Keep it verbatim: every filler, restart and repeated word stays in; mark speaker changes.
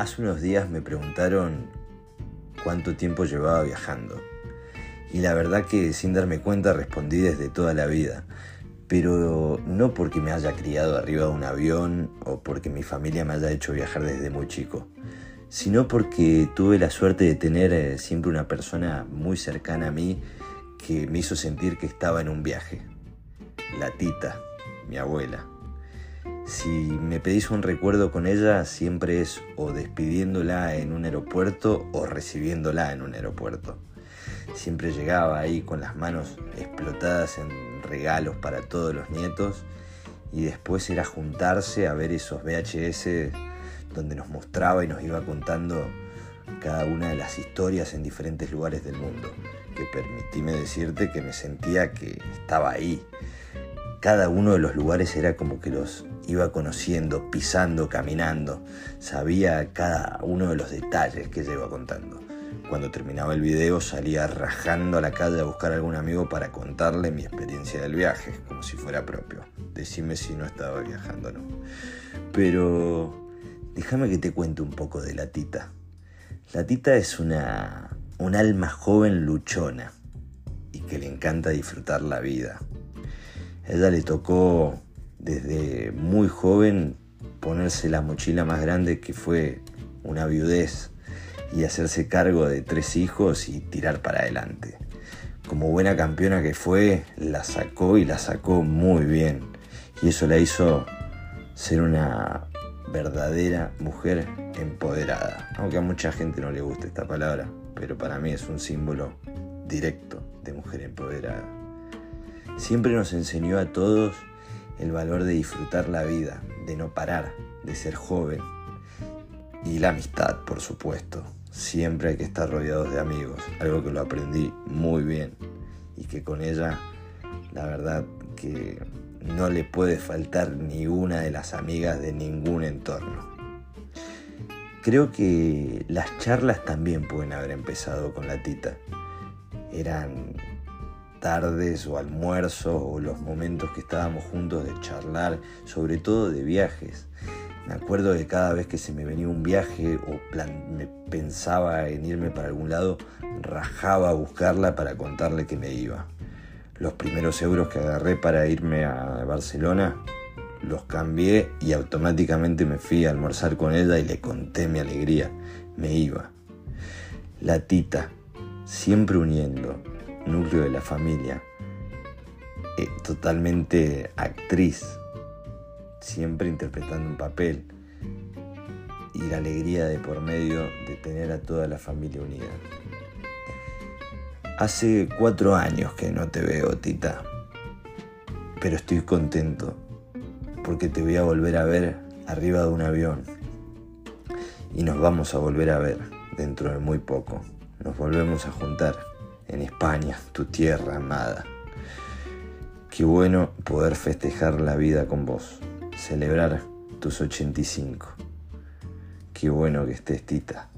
Speaker 1: Hace unos días me preguntaron cuánto tiempo llevaba viajando. Y la verdad que sin darme cuenta respondí desde toda la vida. Pero no porque me haya criado arriba de un avión o porque mi familia me haya hecho viajar desde muy chico, sino porque tuve la suerte de tener siempre una persona muy cercana a mí que me hizo sentir que estaba en un viaje. La Tita, mi abuela. Si me pedís un recuerdo con ella, siempre es o despidiéndola en un aeropuerto o recibiéndola en un aeropuerto. Siempre llegaba ahí con las manos explotadas en regalos para todos los nietos y después era juntarse a ver esos V H S donde nos mostraba y nos iba contando cada una de las historias en diferentes lugares del mundo, que permitíme decirte que me sentía que estaba ahí. Cada uno de los lugares era como que los iba conociendo, pisando, caminando. Sabía cada uno de los detalles que ella iba contando. Cuando terminaba el video salía rajando a la calle a buscar a algún amigo para contarle mi experiencia del viaje, como si fuera propio. Decime si no estaba viajando o no. Pero déjame que te cuente un poco de la Tita. La Tita es una, un alma joven luchona y que le encanta disfrutar la vida. A ella le tocó desde muy joven ponerse la mochila más grande, que fue una viudez, y hacerse cargo de tres hijos y tirar para adelante. Como buena campeona que fue, la sacó y la sacó muy bien. Y eso la hizo ser una verdadera mujer empoderada. Aunque a mucha gente no le guste esta palabra, pero para mí es un símbolo directo de mujer empoderada. Siempre nos enseñó a todos el valor de disfrutar la vida, de no parar, de ser joven. Y la amistad, por supuesto. Siempre hay que estar rodeados de amigos, algo que lo aprendí muy bien y que con ella, la verdad que no le puede faltar ni una de las amigas de ningún entorno. Creo que las charlas también pueden haber empezado con la Tita. Eran tardes o almuerzos o los momentos que estábamos juntos de charlar, sobre todo de viajes. Me acuerdo que cada vez que se me venía un viaje o plan, me pensaba en irme para algún lado, rajaba a buscarla para contarle que me iba. Los primeros euros que agarré para irme a Barcelona, los cambié y automáticamente me fui a almorzar con ella y le conté mi alegría. Me iba. La Tita, siempre uniendo, núcleo de la familia, eh, totalmente actriz, siempre interpretando un papel y la alegría de por medio de tener a toda la familia unida. Hace cuatro años que no te veo, Tita, pero estoy contento porque te voy a volver a ver arriba de un avión y nos vamos a volver a ver dentro de muy poco. Nos volvemos a juntar en España, tu tierra amada. Qué bueno poder festejar la vida con vos. Celebrar tus ochenta y cinco. Qué bueno que estés, Tita.